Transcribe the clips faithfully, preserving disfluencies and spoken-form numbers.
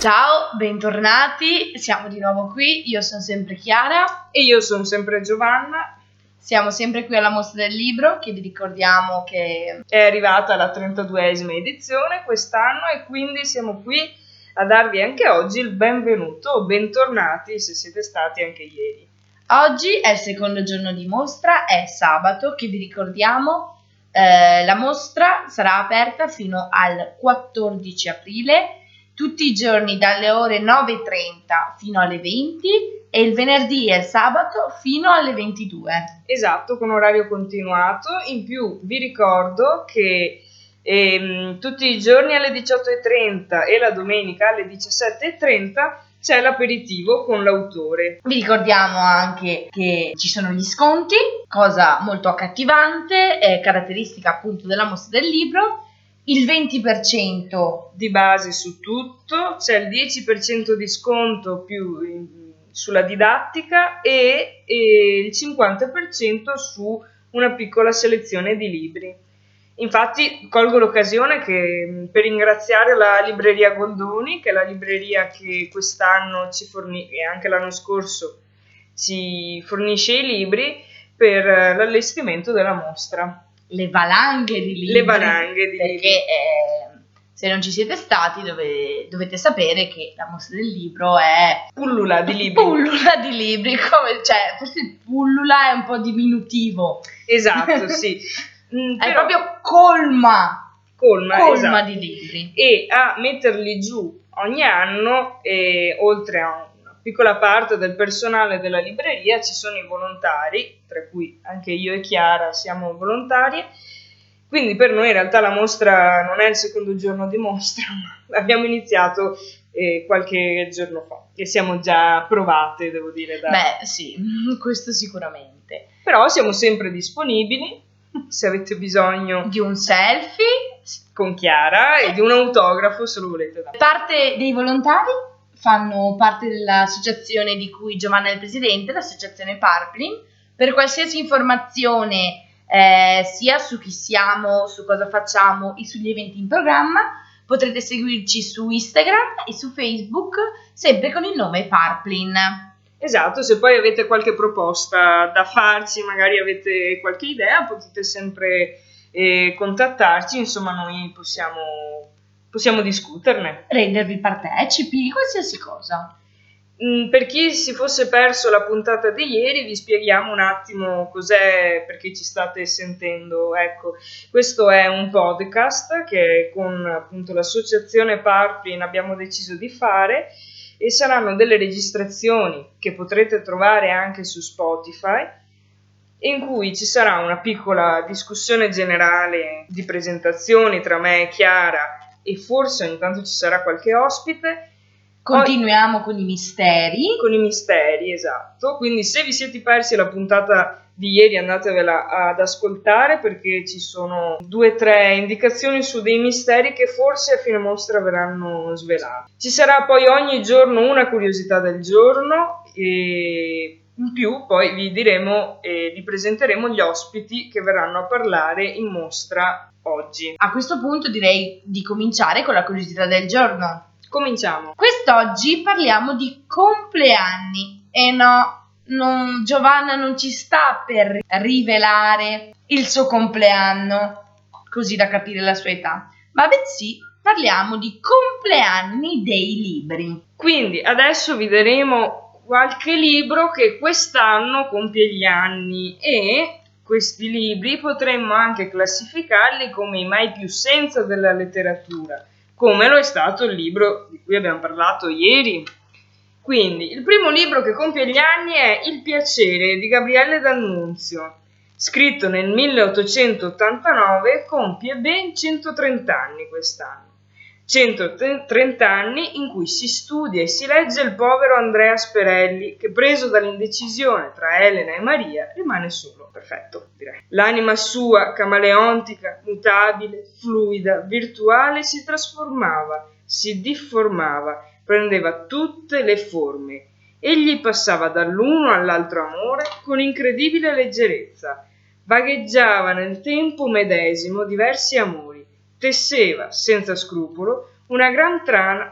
Ciao, bentornati, siamo di nuovo qui, io sono sempre Chiara e io sono sempre Giovanna. Siamo sempre qui alla Mostra del Libro, che vi ricordiamo che è arrivata la trentaduesima edizione quest'anno e quindi siamo qui a darvi anche oggi il benvenuto o bentornati se siete stati anche ieri. Oggi è il secondo giorno di mostra, è sabato, che vi ricordiamo eh, la mostra sarà aperta fino al quattordici aprile, tutti i giorni dalle ore nove e trenta fino alle venti e il venerdì e il sabato fino alle ventidue. Esatto, con orario continuato. In più vi ricordo che ehm, tutti i giorni alle diciotto e trenta e la domenica alle diciassette e trenta c'è l'aperitivo con l'autore. Vi ricordiamo anche che ci sono gli sconti, cosa molto accattivante, è caratteristica appunto della Mostra del Libro. Il venti per cento di base su tutto, c'è il dieci per cento di sconto più in, sulla didattica e, e il cinquanta per cento su una piccola selezione di libri. Infatti colgo l'occasione che, per ringraziare la libreria Goldoni, che è la libreria che quest'anno ci fornisce e anche l'anno scorso ci fornisce i libri per l'allestimento della mostra. Le valanghe di libri, le valanghe di perché libri. Eh, se non ci siete stati dove, dovete sapere che la Mostra del Libro è pullula di libri, pullula di libri, come, cioè forse pullula è un po' diminutivo, esatto, sì. Mm, è però proprio colma, colma, colma esatto. di libri, e a metterli giù ogni anno, e oltre a una piccola parte del personale della libreria, ci sono i volontari, tra cui anche io e Chiara siamo volontarie. Quindi per noi in realtà la mostra non è il secondo giorno di mostra, ma abbiamo iniziato eh, qualche giorno fa e siamo già provate, devo dire. Da... Beh sì, questo sicuramente. Però siamo sempre disponibili, se avete bisogno di un selfie con Chiara e di un autografo se lo volete dare. Parte dei volontari fanno parte dell'associazione di cui Giovanna è il presidente, l'associazione Parplin. Per qualsiasi informazione eh, sia su chi siamo, su cosa facciamo e sugli eventi in programma, potrete seguirci su Instagram e su Facebook, sempre con il nome Parplin. Esatto, se poi avete qualche proposta da farci, magari avete qualche idea, potete sempre eh, contattarci, insomma noi possiamo, possiamo discuterne. Rendervi partecipi, qualsiasi cosa. Per chi si fosse perso la puntata di ieri, vi spieghiamo un attimo cos'è, perché ci state sentendo. Ecco, questo è un podcast che con appunto l'associazione Parplin abbiamo deciso di fare e saranno delle registrazioni che potrete trovare anche su Spotify, in cui ci sarà una piccola discussione generale di presentazioni tra me e Chiara e forse ogni tanto ci sarà qualche ospite. Continuiamo oh, con i misteri. Con i misteri, esatto. Quindi se vi siete persi la puntata di ieri andatevela ad ascoltare, perché ci sono due o tre indicazioni su dei misteri che forse a fine mostra verranno svelati. Ci sarà poi ogni giorno una curiosità del giorno e in più poi vi diremo e vi presenteremo gli ospiti che verranno a parlare in mostra oggi. A questo punto direi di cominciare con la curiosità del giorno. Cominciamo. Quest'oggi parliamo di compleanni e no, non, Giovanna non ci sta per rivelare il suo compleanno, così da capire la sua età, ma bensì parliamo di compleanni dei libri. Quindi adesso vi daremo qualche libro che quest'anno compie gli anni e questi libri potremmo anche classificarli come i mai più senza della letteratura, come lo è stato il libro di cui abbiamo parlato ieri. Quindi, il primo libro che compie gli anni è Il piacere di Gabriele D'Annunzio, scritto nel milleottocentottantanove, compie ben centotrenta anni quest'anno. centotrenta anni in cui si studia e si legge il povero Andrea Sperelli, che preso dall'indecisione tra Elena e Maria rimane solo. Perfetto, direi. L'anima sua, camaleontica, mutabile, fluida, virtuale, si trasformava, si difformava, prendeva tutte le forme. Egli passava dall'uno all'altro amore con incredibile leggerezza, vagheggiava nel tempo medesimo diversi amori, tesseva senza scrupolo una gran trama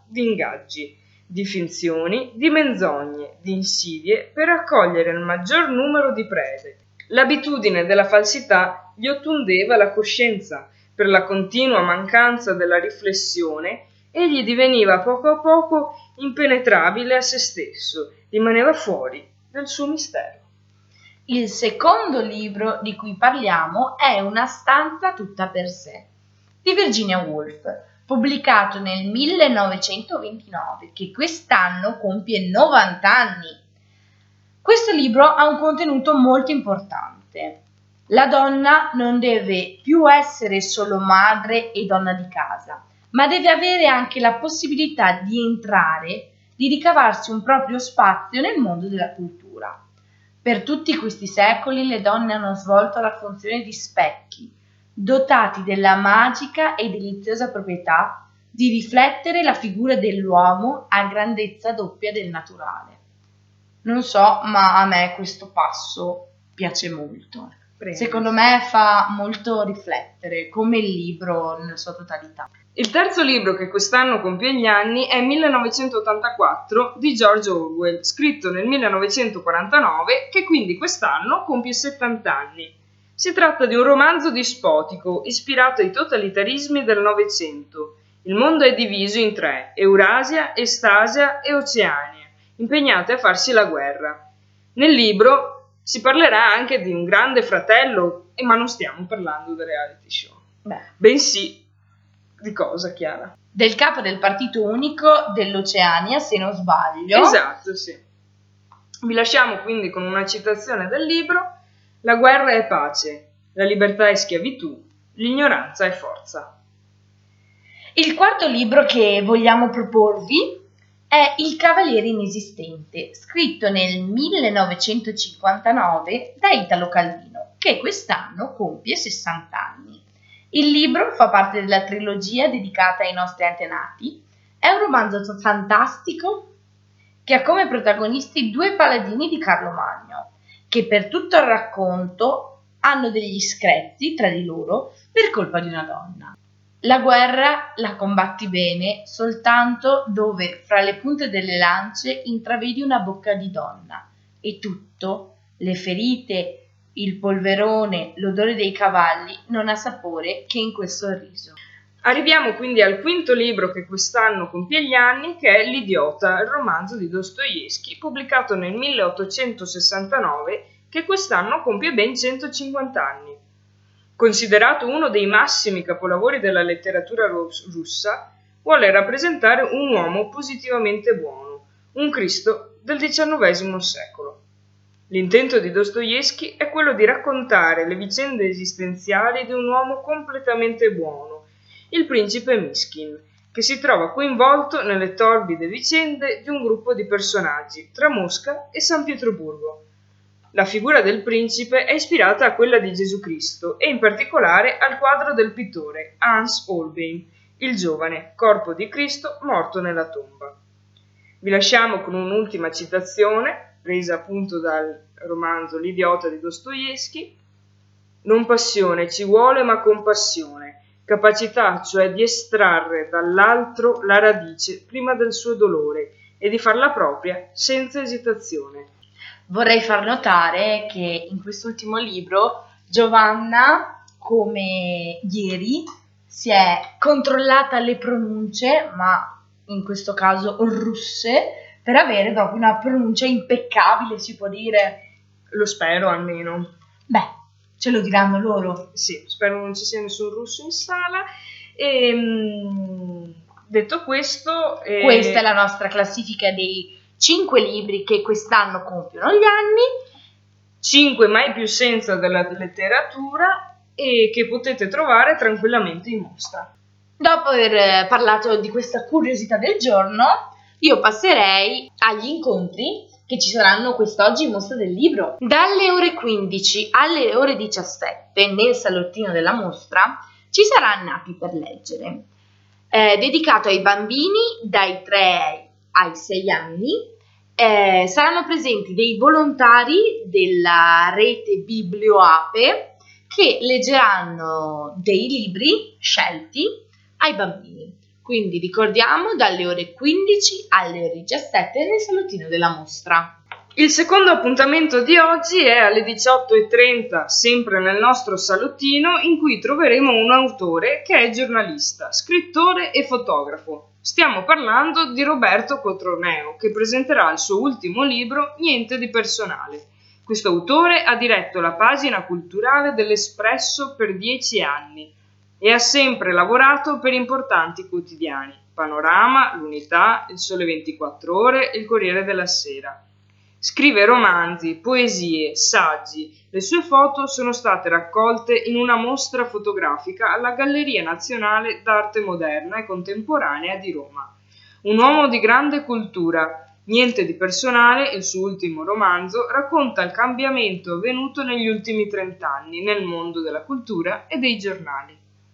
di ingaggi, di finzioni, di menzogne, di insidie per raccogliere il maggior numero di prede. L'abitudine della falsità gli ottundeva la coscienza. Per la continua mancanza della riflessione, egli diveniva a poco a poco impenetrabile a se stesso, rimaneva fuori del suo mistero. Il secondo libro di cui parliamo è Una stanza tutta per sé, di Virginia Woolf, pubblicato nel millenovecentoventinove, che quest'anno compie novanta anni. Questo libro ha un contenuto molto importante. La donna non deve più essere solo madre e donna di casa, ma deve avere anche la possibilità di entrare, di ricavarsi un proprio spazio nel mondo della cultura. Per tutti questi secoli le donne hanno svolto la funzione di specchi, dotati della magica e deliziosa proprietà di riflettere la figura dell'uomo a grandezza doppia del naturale. Non so, ma a me questo passo piace molto. Prego. Secondo me fa molto riflettere, come il libro nella sua totalità. Il terzo libro che quest'anno compie gli anni è millenovecentottantaquattro di George Orwell, scritto nel millenovecentoquarantanove, che quindi quest'anno compie settanta anni. Si tratta di un romanzo dispotico, ispirato ai totalitarismi del Novecento. Il mondo è diviso in tre: Eurasia, Estasia e Oceania, impegnate a farsi la guerra. Nel libro si parlerà anche di un grande fratello, ma non stiamo parlando del reality show. Beh. Bensì di cosa, Chiara? Del capo del partito unico dell'Oceania, se non sbaglio. Esatto, sì. Vi lasciamo quindi con una citazione del libro: la guerra è pace, la libertà è schiavitù, l'ignoranza è forza. Il quarto libro che vogliamo proporvi è Il Cavaliere Inesistente, scritto nel millenovecentocinquantanove da Italo Calvino, che quest'anno compie sessanta anni. Il libro fa parte della trilogia dedicata ai nostri antenati. È un romanzo fantastico che ha come protagonisti due paladini di Carlo Magno, che per tutto il racconto hanno degli screzi tra di loro per colpa di una donna. La guerra la combatti bene soltanto dove fra le punte delle lance intravedi una bocca di donna, e tutto, le ferite, il polverone, l'odore dei cavalli, non ha sapore che in quel sorriso. Arriviamo quindi al quinto libro che quest'anno compie gli anni, che è L'idiota, il romanzo di Dostoevskij, pubblicato nel milleottocentosessantanove, che quest'anno compie ben centocinquanta anni. Considerato uno dei massimi capolavori della letteratura russa, vuole rappresentare un uomo positivamente buono, un Cristo del diciannovesimo secolo. L'intento di Dostoevskij è quello di raccontare le vicende esistenziali di un uomo completamente buono, il principe Myskin, che si trova coinvolto nelle torbide vicende di un gruppo di personaggi tra Mosca e San Pietroburgo. La figura del principe è ispirata a quella di Gesù Cristo e in particolare al quadro del pittore Hans Holbein, il giovane corpo di Cristo morto nella tomba. Vi lasciamo con un'ultima citazione, presa appunto dal romanzo L'idiota di Dostoevskij. Non passione ci vuole, ma compassione, capacità cioè di estrarre dall'altro la radice prima del suo dolore e di farla propria senza esitazione. Vorrei far notare che in quest'ultimo libro Giovanna, come ieri, si è controllata le pronunce, ma in questo caso russe, per avere proprio una pronuncia impeccabile, si può dire. Lo spero almeno. Beh, ce lo diranno loro. Sì, spero non ci sia nessun russo in sala. E, mh, detto questo... Eh... Questa è la nostra classifica dei cinque libri che quest'anno compiono gli anni, cinque mai più senza della letteratura e che potete trovare tranquillamente in mostra. Dopo aver parlato di questa curiosità del giorno, io passerei agli incontri che ci saranno quest'oggi in mostra del libro. Dalle ore quindici alle ore diciassette nel salottino della mostra ci sarà Napi per leggere, eh, dedicato ai bambini dai tre ai sei anni. Eh, saranno presenti dei volontari della rete Biblioape che leggeranno dei libri scelti ai bambini. quindi ricordiamo dalle ore quindici alle ore diciassette nel salottino della mostra. Il secondo appuntamento di oggi è alle diciotto e trenta, sempre nel nostro salottino, in cui troveremo un autore che è giornalista, scrittore e fotografo. Stiamo parlando di Roberto Cotroneo, che presenterà il suo ultimo libro, Niente di personale. Questo autore ha diretto la pagina culturale dell'Espresso per dieci anni e ha sempre lavorato per importanti quotidiani: Panorama, l'Unità, il Sole ventiquattro Ore e il Corriere della Sera. Scrive romanzi, poesie, saggi. Le sue foto sono state raccolte in una mostra fotografica alla Galleria Nazionale d'Arte Moderna e Contemporanea di Roma. Un uomo di grande cultura, Niente di personale, il suo ultimo romanzo, racconta il cambiamento avvenuto negli ultimi trent'anni nel mondo della cultura e dei giornali.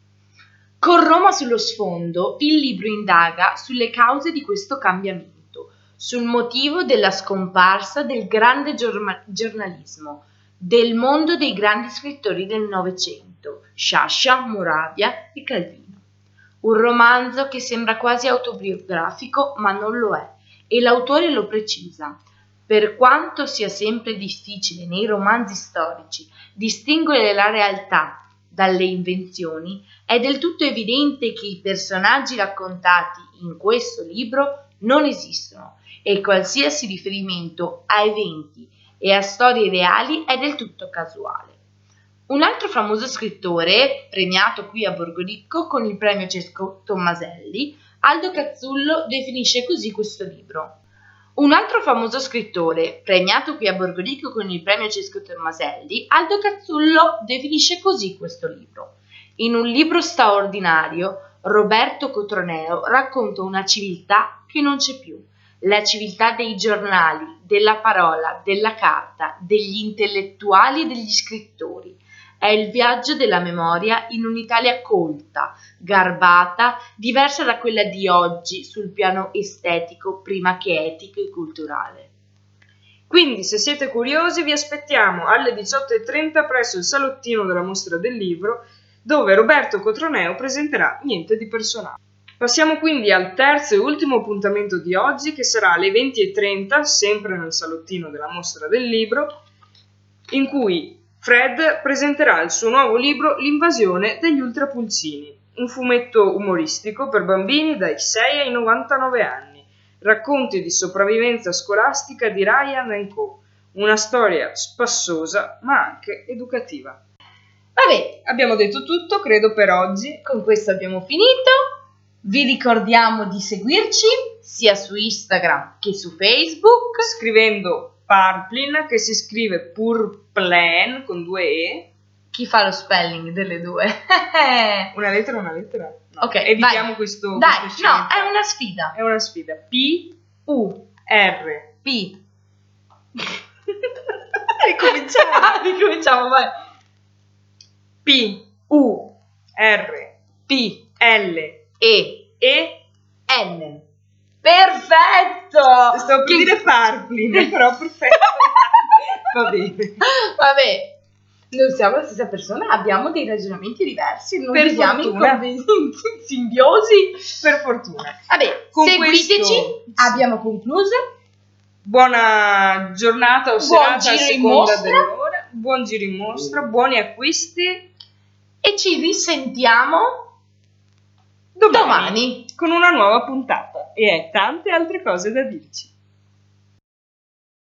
Con Roma sullo sfondo, il libro indaga sulle cause di questo cambiamento, sul motivo della scomparsa del grande giorma- giornalismo, del mondo dei grandi scrittori del Novecento, Sciascia, Moravia e Calvino. Un romanzo che sembra quasi autobiografico, ma non lo è, e l'autore lo precisa. Per quanto sia sempre difficile nei romanzi storici distinguere la realtà dalle invenzioni, è del tutto evidente che i personaggi raccontati in questo libro non esistono e qualsiasi riferimento a eventi e a storie reali è del tutto casuale. Un altro famoso scrittore, premiato qui a Borgoricco con il premio Cesco Tommaselli, Aldo Cazzullo, definisce così questo libro. Un altro famoso scrittore, premiato qui a Borgoricco con il premio Cesco Tommaselli, Aldo Cazzullo, definisce così questo libro. In un libro straordinario, Roberto Cotroneo racconta una civiltà che non c'è più, la civiltà dei giornali, della parola, della carta, degli intellettuali e degli scrittori. È il viaggio della memoria in un'Italia colta, garbata, diversa da quella di oggi sul piano estetico prima che etico e culturale. Quindi, se siete curiosi, vi aspettiamo alle diciotto e trenta presso il salottino della Mostra del Libro, dove Roberto Cotroneo presenterà Niente di personale. Passiamo quindi al terzo e ultimo appuntamento di oggi, che sarà alle venti e trenta, sempre nel salottino della Mostra del Libro, in cui Fred presenterà il suo nuovo libro L'invasione degli ultrapulcini, un fumetto umoristico per bambini dai sei ai novantanove anni, racconti di sopravvivenza scolastica di Ryan and Co, una storia spassosa ma anche educativa. Vabbè, abbiamo detto tutto, credo, per oggi. Con questo abbiamo finito. Vi ricordiamo di seguirci sia su Instagram che su Facebook scrivendo Parplin, che si scrive Purplen con due E. Chi fa lo spelling delle due? Una lettera, una lettera. No. Ok, evitiamo vai. questo. Dai, questo no, è una sfida. È una sfida. P U R P. Ricominciamo. Ricominciamo, vai. P U R P L E E N. Perfetto! Stavo per che... dire Parplin, però perfetto. Va bene. Vabbè, non siamo la stessa persona, abbiamo dei ragionamenti diversi, non per viviamo in, fortuna. conven- in simbiosi. Per fortuna. Vabbè, Con seguiteci, questo... abbiamo concluso. Buona giornata o Buon serata a giro in seconda mostra. dell'ora. Buon giro in mostra, buoni acquisti. E ci risentiamo Domani, domani con una nuova puntata e tante altre cose da dirci.